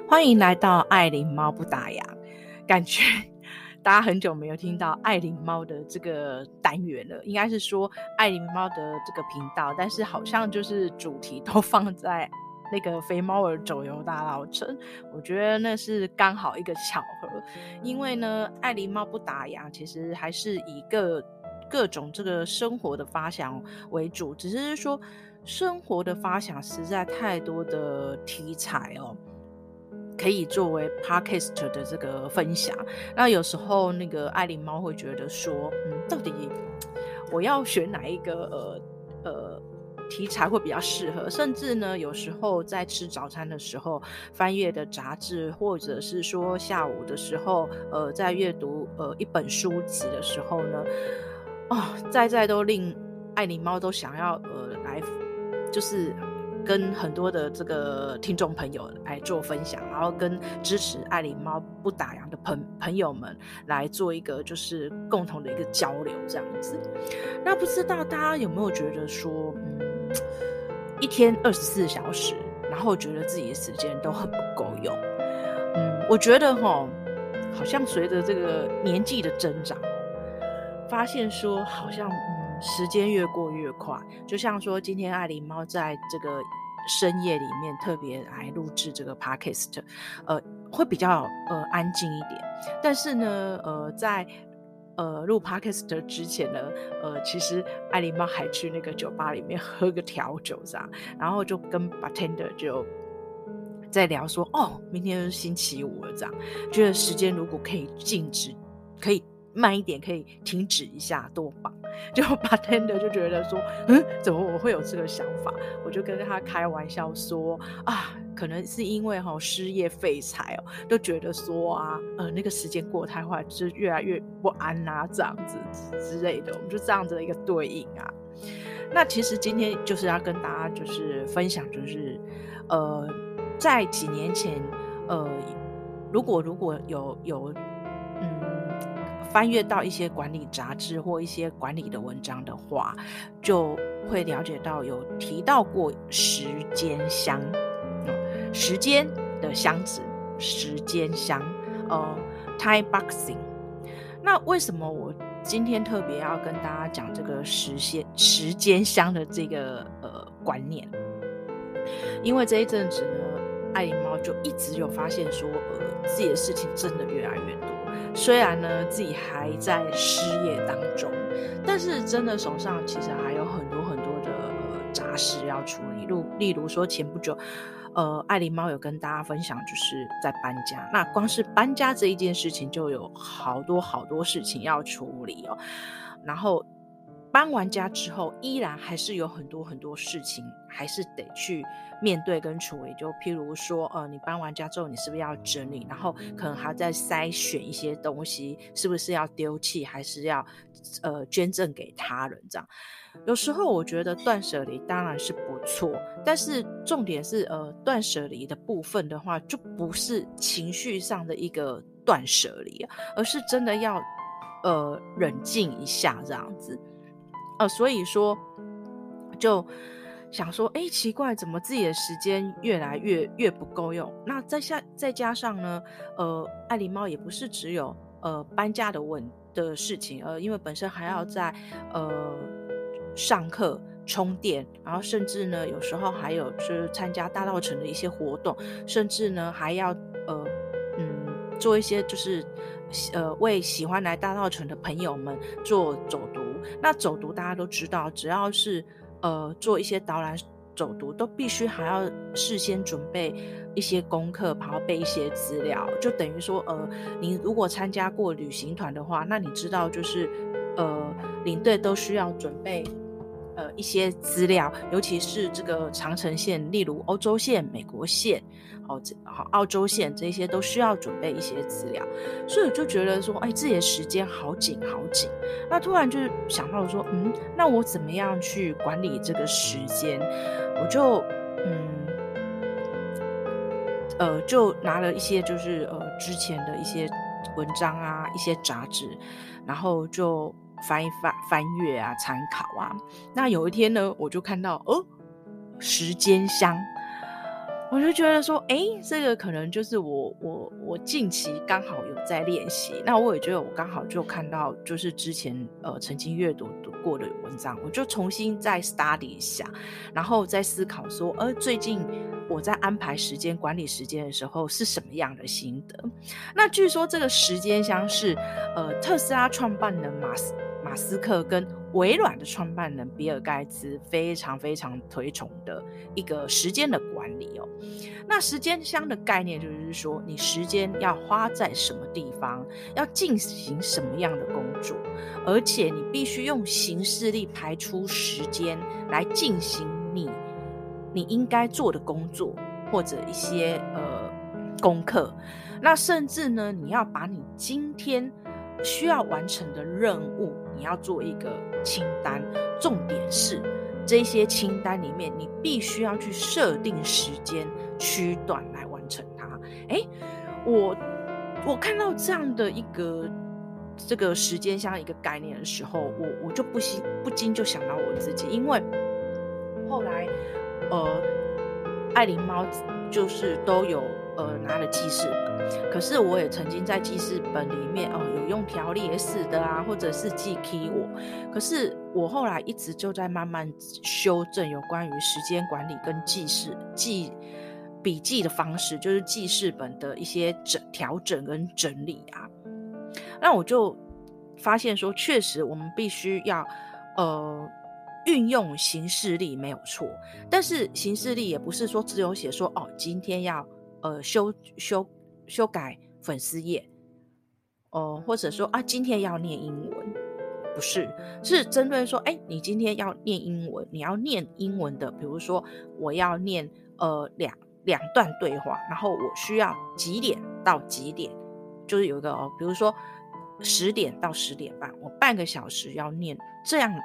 欢迎来到爱琳猫不打烊。感觉大家很久没有听到爱琳猫的这个单元了，应该是说爱琳猫的这个频道，但是好像就是主题都放在那个肥猫儿走游大稻埕。我觉得那是刚好一个巧合，因为呢爱琳猫不打烊其实还是以各种这个生活的发想为主，只是说生活的发想实在太多的题材哦，可以作为 podcast 的这个分享。那有时候那个爱琳猫会觉得说，到底我要选哪一个题材会比较适合，甚至呢有时候在吃早餐的时候翻阅的杂志，或者是说下午的时候在阅读一本书籍的时候呢，在都令爱琳猫都想要来就是跟很多的这个听众朋友来做分享，然后跟支持爱琳猫不打烊的朋友们来做一个就是共同的一个交流这样子。那不知道大家有没有觉得说一天24小时，然后觉得自己的时间都很不够用。我觉得好像随着这个年纪的增长，发现说好像时间越过越快。就像说今天爱琳猫在这个深夜里面特别来录制这个 podcast，会比较安静一点。但是呢在录 podcast 之前呢，其实爱琳猫还去那个酒吧里面喝个调酒这样，然后就跟 bartender 就在聊说，明天就是星期五了这样，觉得时间如果可以静止，可以慢一点，可以停止一下多棒。就 bartender 就觉得说怎么我会有这个想法。我就跟他开玩笑说可能是因为失业废柴都觉得说那个时间过得太快，就是越来越不安这样子之类的，我们就这样子的一个对应那其实今天就是要跟大家就是分享，就是在几年前如果有翻阅到一些管理杂志或一些管理的文章的话，就会了解到有提到过时间箱，时间的箱子，时间箱time boxing。那为什么我今天特别要跟大家讲这个时间箱的这个观念？因为这一阵子呢，爱琳猫就一直有发现说自己的事情真的越来越多。虽然呢自己还在失业当中，但是真的手上其实还有很多很多的杂事要处理。例如说前不久爱琳猫有跟大家分享，就是在搬家。那光是搬家这一件事情就有好多好多事情要处理然后搬完家之后依然还是有很多很多事情还是得去面对跟处理。就譬如说你搬完家之后你是不是要整理，然后可能还在筛选一些东西是不是要丢弃还是要捐赠给他人这样。有时候我觉得断舍离当然是不错，但是重点是断舍离的部分的话就不是情绪上的一个断舍离，而是真的要冷静一下这样子。所以说就想说奇怪，怎么自己的时间越来越不够用。那再加上呢爱琳猫也不是只有搬家的事情，因为本身还要在上课充电，然后甚至呢有时候还有就是参加大稻埕的一些活动，甚至呢还要做一些就是为喜欢来大稻埕的朋友们做走读。那走读大家都知道，只要是做一些导览走读都必须还要事先准备一些功课，还要备一些资料。就等于说你如果参加过旅行团的话，那你知道就是领队都需要准备一些资料，尤其是这个长程线，例如欧洲线、美国线澳洲线，这些都需要准备一些资料。所以我就觉得说自己的时间好紧好紧。那突然就想到说那我怎么样去管理这个时间。我就就拿了一些就是之前的一些文章一些杂志，然后就翻阅参考那有一天呢我就看到时间箱我就觉得说，这个可能就是我近期刚好有在练习。那我也觉得我刚好就看到，就是之前曾经阅读过的文章，我就重新再 study 一下，然后再思考说，最近我在安排时间、管理时间的时候是什么样的心得。那据说这个时间箱是特斯拉创办人马斯克跟微软的创办人比尔盖茨非常非常推崇的一个时间的管理哦。那时间箱的概念就是说，你时间要花在什么地方，要进行什么样的工作，而且你必须用行事历排出时间来进行你应该做的工作或者一些功课。那甚至呢，你要把你今天需要完成的任务，你要做一个清单，重点是这些清单里面你必须要去设定时间区段来完成它。我看到这样的一个这个时间箱一个概念的时候，我就不禁就想到我自己，因为后来爱琳猫就是都有拿了记事本，可是我也曾经在记事本里面有用条列式的啊，或者是记 keyword， 可是我后来一直就在慢慢修正有关于时间管理跟记笔记的方式，就是记事本的一些调整跟整理啊。那我就发现说，确实我们必须要运用行事历没有错，但是行事历也不是说只有写说今天要修改粉丝页或者说今天要念英文，不是，是针对说你今天要念英文，你要念英文的，比如说我要念两段对话，然后我需要几点到几点，就是有一个比如说10点到10点半，我半个小时要念这样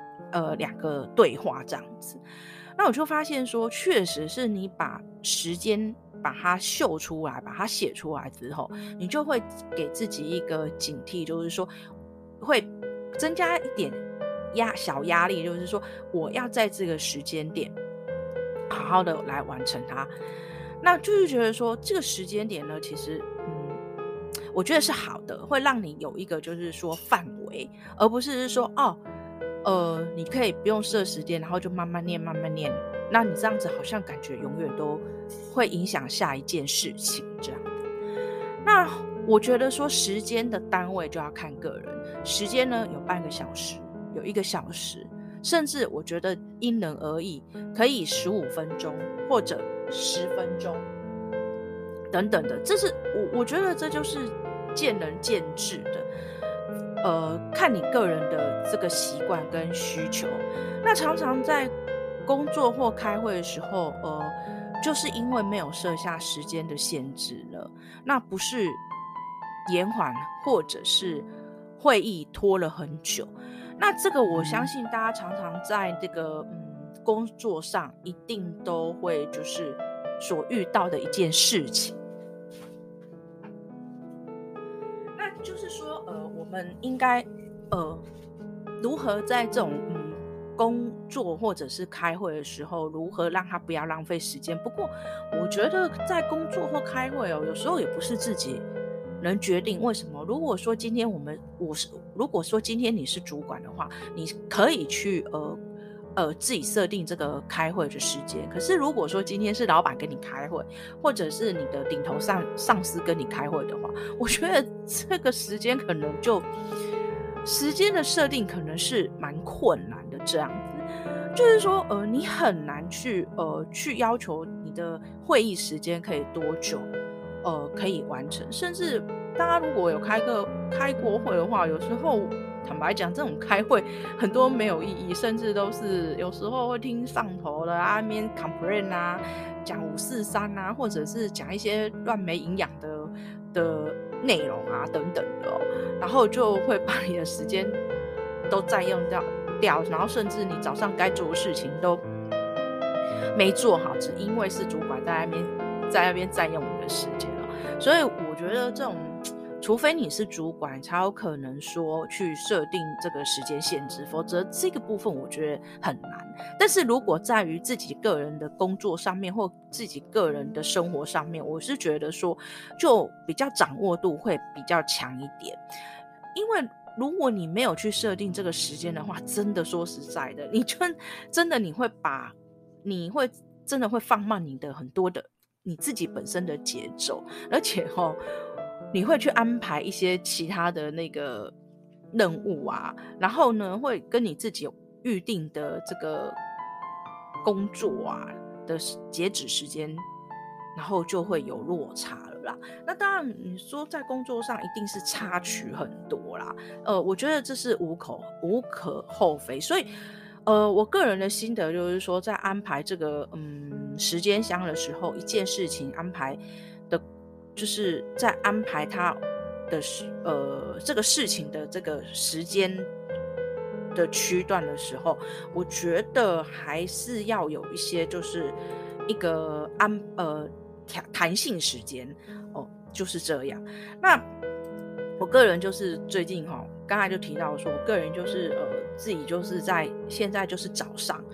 2个对话这样子。那我就发现说，确实是你把时间把它秀出来，把它写出来之后，你就会给自己一个警惕，就是说会增加一点小压力，就是说我要在这个时间点好好的来完成它。那就是觉得说这个时间点呢，其实我觉得是好的，会让你有一个就是说范围，而不是说你可以不用设时间，然后就慢慢念慢慢念，那你这样子好像感觉永远都会影响下一件事情这样。那我觉得说时间的单位就要看个人，时间呢有半个小时，有1个小时，甚至我觉得因人而异，可以15分钟或者10分钟等等的，这是我觉得这就是见仁见智的。看你个人的这个习惯跟需求。那常常在工作或开会的时候，就是因为没有设下时间的限制了，那不是延缓或者是会议拖了很久。那这个我相信大家常常在这个工作上一定都会就是所遇到的一件事情。那就是说我们应该如何在这种工作或者是开会的时候，如何让他不要浪费时间。不过我觉得在工作或开会有时候也不是自己能决定。为什么？如果说今天如果说今天你是主管的话，你可以去自己设定这个开会的时间。可是如果说今天是老板跟你开会，或者是你的顶头上司跟你开会的话，我觉得这个时间可能就时间的设定可能是蛮困难的这样子。就是说你很难去要求你的会议时间可以多久可以完成。甚至大家如果有开过会的话，有时候坦白讲，这种开会很多没有意义，甚至都是有时候会听上头的那边 complain 啊，讲543啊，或者是讲一些乱没营养的内容啊等等的然后就会把你的时间都占用掉，然后甚至你早上该做的事情都没做好，只因为是主管在那边占用你的时间所以我觉得这种除非你是主管才有可能说去设定这个时间限制，否则这个部分我觉得很难。但是如果在于自己个人的工作上面或自己个人的生活上面，我是觉得说就比较掌握度会比较强一点。因为如果你没有去设定这个时间的话，真的说实在的，你会真的会放慢你的很多的你自己本身的节奏，而且你会去安排一些其他的那个任务啊，然后呢会跟你自己预定的这个工作啊的截止时间，然后就会有落差了啦。那当然你说在工作上一定是插曲很多啦，我觉得这是无可厚非。所以我个人的心得就是说，在安排这个时间箱的时候，一件事情安排的，就是在安排它的这个事情的这个时间的区段的时候，我觉得还是要有一些就是一个弹性时间就是这样。那我个人就是最近刚才就提到说，我个人就是自己就是在现在就是早上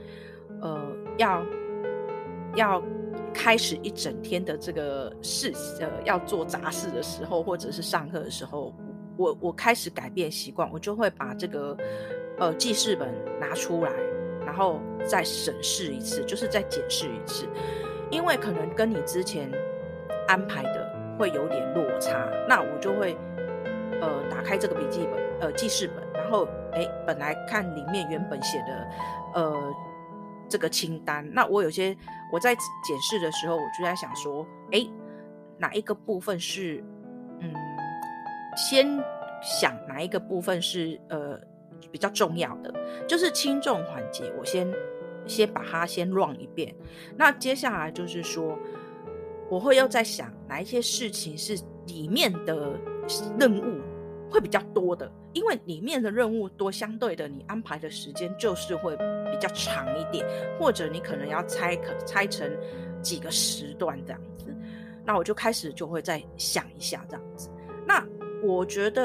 要开始一整天的这个要做杂事的时候，或者是上课的时候，我开始改变习惯，我就会把这个记事本拿出来，然后再审视一次，就是再检视一次，因为可能跟你之前安排的会有点落差，那我就会打开这个记事本，然后本来看里面原本写的这个清单，那我在检视的时候，我就在想说，哪一个部分是先想哪一个部分是比较重要的，就是轻重缓急，我先把它先 run 一遍。那接下来就是说，我会又在想哪一些事情是里面的任务会比较多的，因为里面的任务多，相对的你安排的时间就是会比较长一点，或者你可能要拆成几个时段这样子。那我就开始就会再想一下这样子。那我觉得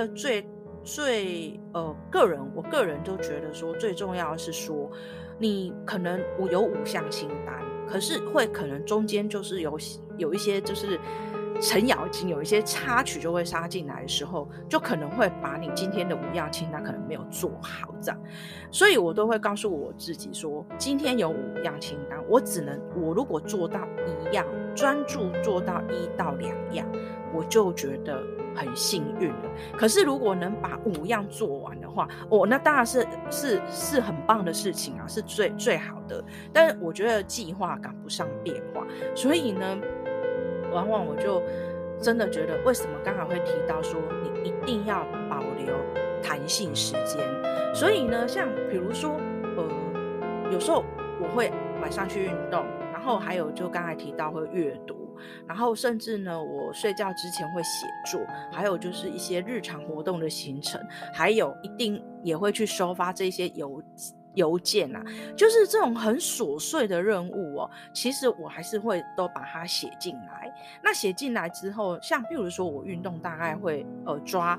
我个人就觉得说最重要的是说，你可能有5项清单，可是可能中间就是有一些就是程咬金，有一些插曲就会杀进来的时候，就可能会把你今天的5样清单可能没有做好这样。所以我都会告诉我自己说，今天有5样清单，我如果做到1样，专注做到1到2样，我就觉得很幸运了。可是如果能把5样做完的话，那当然是很棒的事情啊，是最好的。但是我觉得计划赶不上变化，所以呢，往往我就真的觉得，为什么刚才会提到说你一定要保留弹性时间。所以呢，像比如说有时候我会晚上去运动，然后还有就刚才提到会阅读，然后甚至呢我睡觉之前会写作，还有就是一些日常活动的行程，还有一定也会去收发这些邮件啊，就是这种很琐碎的任务其实我还是会都把它写进来。那写进来之后，像比如说我运动大概会抓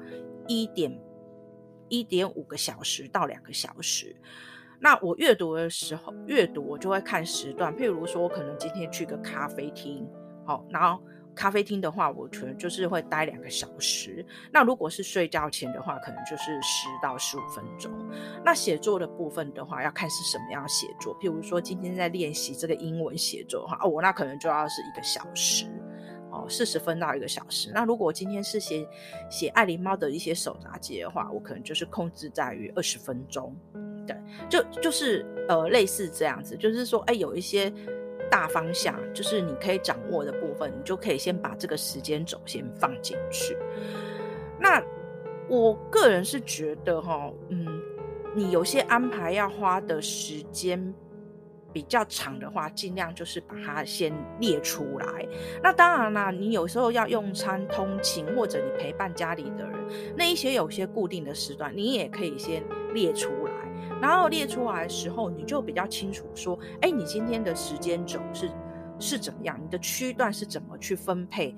1.5个小时到2个小时。那我阅读的时候，我就会看时段，譬如说可能今天去个咖啡厅，然后咖啡厅的话，我可能就是会待2个小时。那如果是睡觉前的话，可能就是10到15分钟。那写作的部分的话，要看是什么样的写作。譬如说今天在练习这个英文写作的话，那可能就要是1个小时，40分到1个小时。那如果今天是写爱狸猫的一些手札记的话，我可能就是控制在于20分钟。对，就是类似这样子，就是说有一些大方向，就是你可以掌握的部分，你就可以先把这个时间轴先放进去。那我个人是觉得你有些安排要花的时间比较长的话，尽量就是把它先列出来。那当然啦，你有时候要用餐、通勤，或者你陪伴家里的人，那一些有些固定的时段，你也可以先列出来。然后列出来的时候，你就比较清楚说，你今天的时间轴是怎么样，你的区段是怎么去分配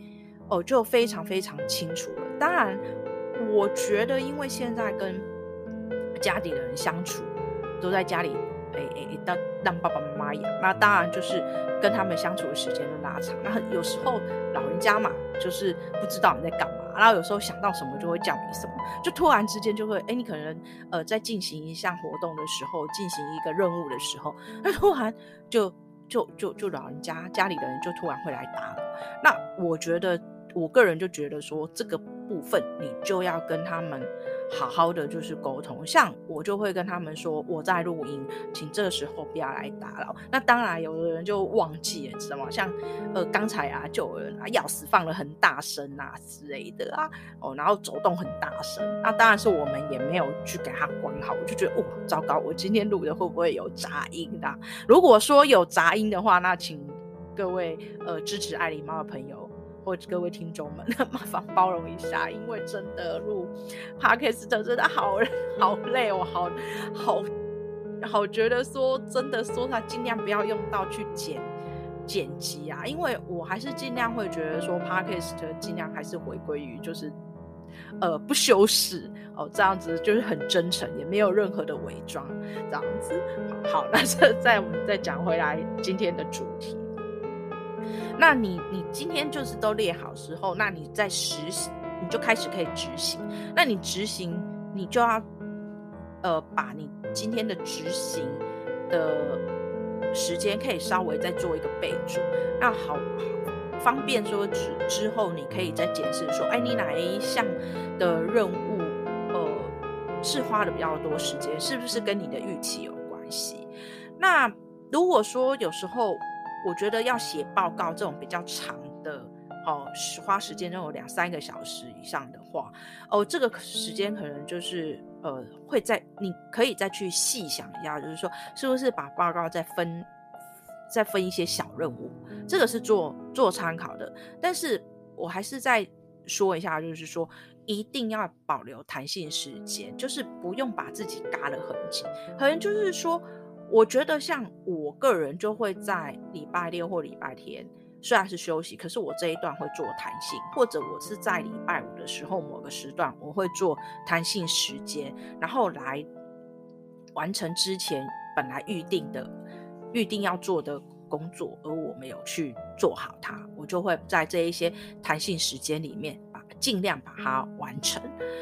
就非常非常清楚了。当然我觉得因为现在跟家里的人相处都在家里让爸爸妈妈养，那当然就是跟他们相处的时间就拉长，那有时候老人家嘛就是不知道你在干嘛，然后有时候想到什么就会叫你什么，就突然之间就会你可能在进行一项活动的时候，进行一个任务的时候，那突然就老人家里的人就突然会来打扰。那我觉得我个人就觉得说这个部分你就要跟他们好好的就是沟通，像我就会跟他们说我在录音，请这个时候不要来打扰。那当然有的人就忘记了，你知道吗？像刚才啊就有人钥匙放了很大声啊之类的啊，然后走动很大声，那当然是我们也没有去给他关好，我就觉得糟糕，我今天录的会不会有杂音啊？如果说有杂音的话，那请各位支持爱狸猫的朋友或各位听众们麻烦包容一下，因为真的录 Podcast 真的好累哦，好觉得说真的说他尽量不要用到去剪辑啊，因为我还是尽量会觉得说 Podcast 尽量还是回归于就是不修饰这样子就是很真诚，也没有任何的伪装这样子。好，那我们再讲回来今天的主题。那你今天就是都列好之后，那你在实行，你就开始可以执行。那你执行，你就要把你今天的执行的时间可以稍微再做一个备注，那好方便说之后你可以再检视说，你哪一项的任务是花了比较多时间，是不是跟你的预期有关系？那如果说有时候我觉得要写报告这种比较长的花时间有2-3个小时以上的话，这个时间可能就是你可以再去细想一下，就是说是不是把报告再分一些小任务，这个是做参考的。但是我还是再说一下，就是说一定要保留弹性时间，就是不用把自己嘎得很紧。可能就是说我觉得像我个人就会在礼拜六或礼拜天虽然是休息，可是我这一段会做弹性，或者我是在礼拜五的时候某个时段我会做弹性时间，然后来完成之前本来预定要做的工作，而我没有去做好它，我就会在这一些弹性时间里面尽量把它完成。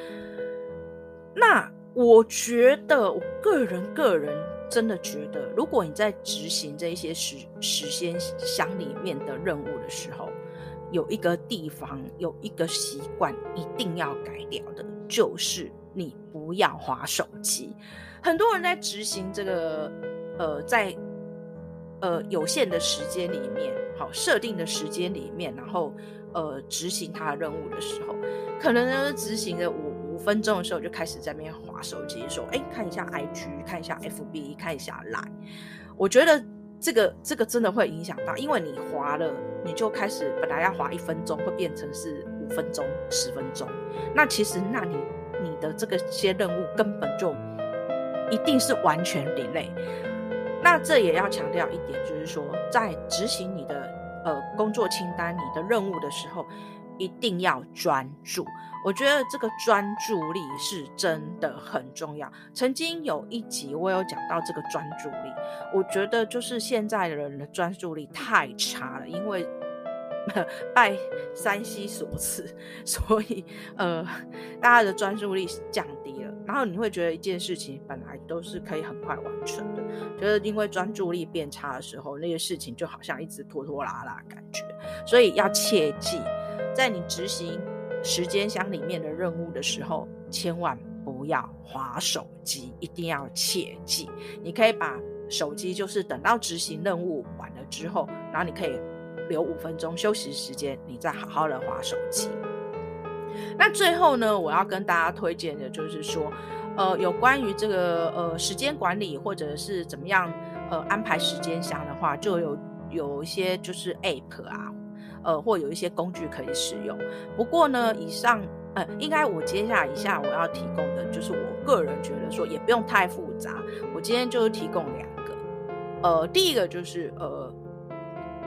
那我觉得我个人真的觉得，如果你在执行这一些时间箱里面的任务的时候，有一个地方有一个习惯一定要改掉的，就是你不要滑手机。很多人在执行这个在有限的时间里面，好设定的时间里面，然后执行他的任务的时候，可能呢执行了5分钟的时候就开始在那边滑手机，说看一下 IG， 看一下 FB， 看一下 Line。 我觉得这个真的会影响到，因为你滑了，你就开始本来要滑1分钟会变成是5分钟10分钟，那其实你的这个些任务根本就一定是完全 delay。 那这也要强调一点，就是说在执行你的工作清单你的任务的时候一定要专注。我觉得这个专注力是真的很重要。曾经有一集我有讲到这个专注力，我觉得就是现在的人的专注力太差了，因为拜3C所赐，所以大家的专注力降低了，然后你会觉得一件事情本来都是可以很快完成的，就是因为专注力变差的时候，那些事情就好像一直拖拖拉拉的感觉。所以要切记，在你执行时间箱里面的任务的时候，千万不要滑手机，一定要切记。你可以把手机就是等到执行任务完了之后，然后你可以留5分钟休息时间，你再好好的滑手机。那最后呢，我要跟大家推荐的就是说有关于这个时间管理或者是怎么样安排时间箱的话，就有一些就是 App 啊或有一些工具可以使用。不过呢以上应该我接下来以下我要提供的就是我个人觉得说也不用太复杂，我今天就是提供2个。第一个就是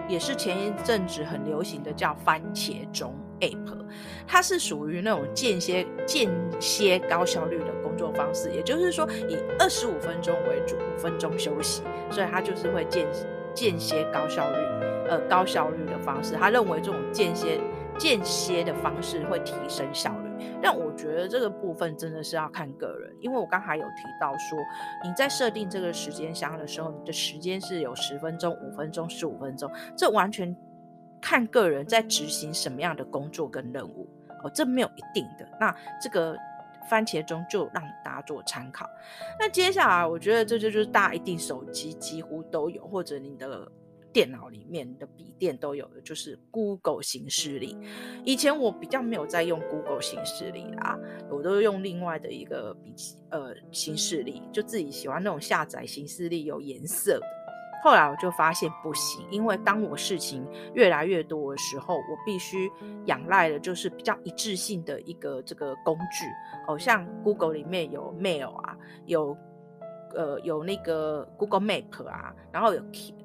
也是前一阵子很流行的叫番茄钟 App， 它是属于那种间歇高效率的工作方式，也就是说以25分钟为主，5分钟休息，所以它就是会间歇高效率的方式。他认为这种间歇的方式会提升效率。但我觉得这个部分真的是要看个人，因为我刚才有提到说，你在设定这个时间箱的时候，你的时间是有10分钟、5分钟、15分钟，这完全看个人在执行什么样的工作跟任务这没有一定的。那这个番茄钟就让大家做参考。那接下来我觉得这就是大家一定手机几乎都有，或者你的电脑里面的笔电都有的，就是 Google 行事历。以前我比较没有在用 Google 行事历啦，我都用另外的一个行事历，就自己喜欢那种下载行事历有颜色的。后来我就发现不行，因为当我事情越来越多的时候，我必须仰赖的就是比较一致性的一个这个工具像 Google 里面有 Mail 啊，有那个 Google Map 啊，然后有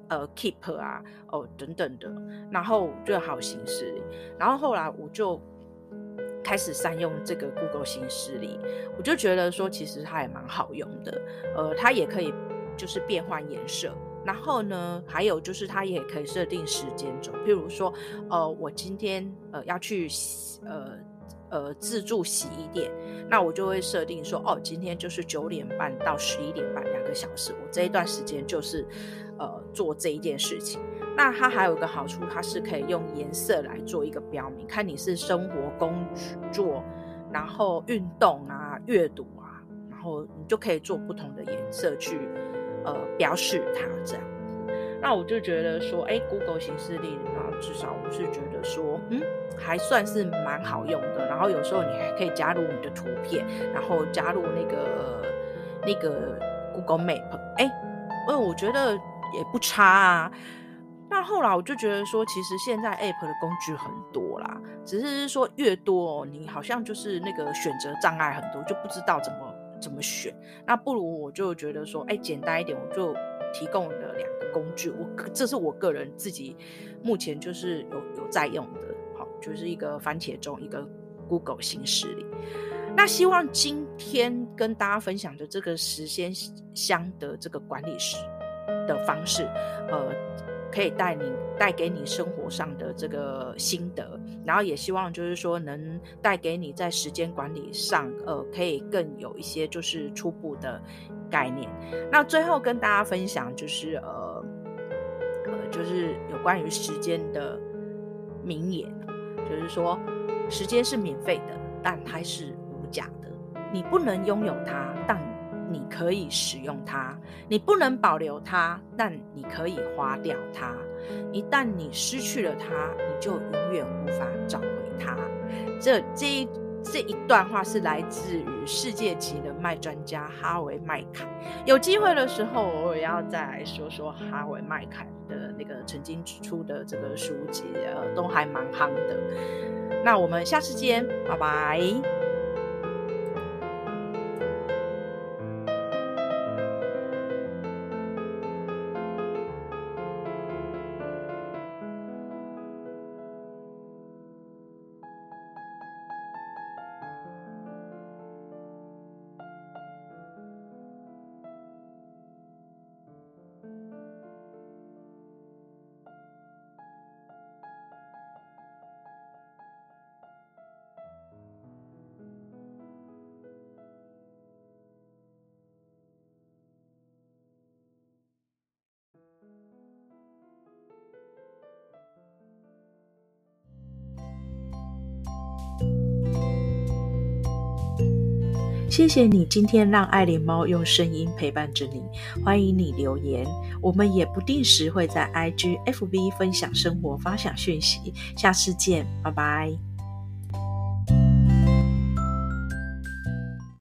Keep 啊等等的，然后就好行事历。然后后来我就开始善用这个 Google 行事历，我就觉得说其实它也蛮好用的，它也可以就是变换颜色。然后呢，还有就是它也可以设定时间轴，譬如说我今天要去自助洗衣店，那我就会设定说今天就是9点半到11点半2个小时，我这一段时间就是做这一件事情。那它还有一个好处，它是可以用颜色来做一个标明，看你是生活工作，然后运动啊、阅读啊，然后你就可以做不同的颜色去标示它这样。那我就觉得说Google 行事历至少我是觉得说还算是蛮好用的。然后有时候你还可以加入你的图片，然后加入那个 Google Map， 我觉得也不差啊。那后来我就觉得说，其实现在 App 的工具很多啦，只是说越多你好像就是那个选择障碍很多，就不知道怎么选。那不如我就觉得说简单一点，我就提供的2个工具，这是我个人自己目前就是有在用的，好，就是一个番茄钟，一个 Google 行事历。那希望今天跟大家分享的这个时间箱的这个管理的方式可以带给你生活上的这个心得，然后也希望就是说能带给你在时间管理上可以更有一些就是初步的概念。那最后跟大家分享就是就是有关于时间的名言，就是说时间是免费的，但它是无价的。你不能拥有它，但你可以使用它；你不能保留它，但你可以花掉它。一旦你失去了它，你就永远无法找回它。这一段话是来自于世界级人脉专家哈维麦凯。有机会的时候，我也要再来说说哈维麦凯的那个曾经出的这个书籍，都还蛮夯的。那我们下次见，拜拜。谢谢你今天让爱莲猫用声音陪伴着你，欢迎你留言，我们也不定时会在 IG、FB 分享生活，发享讯息，下次见，拜拜。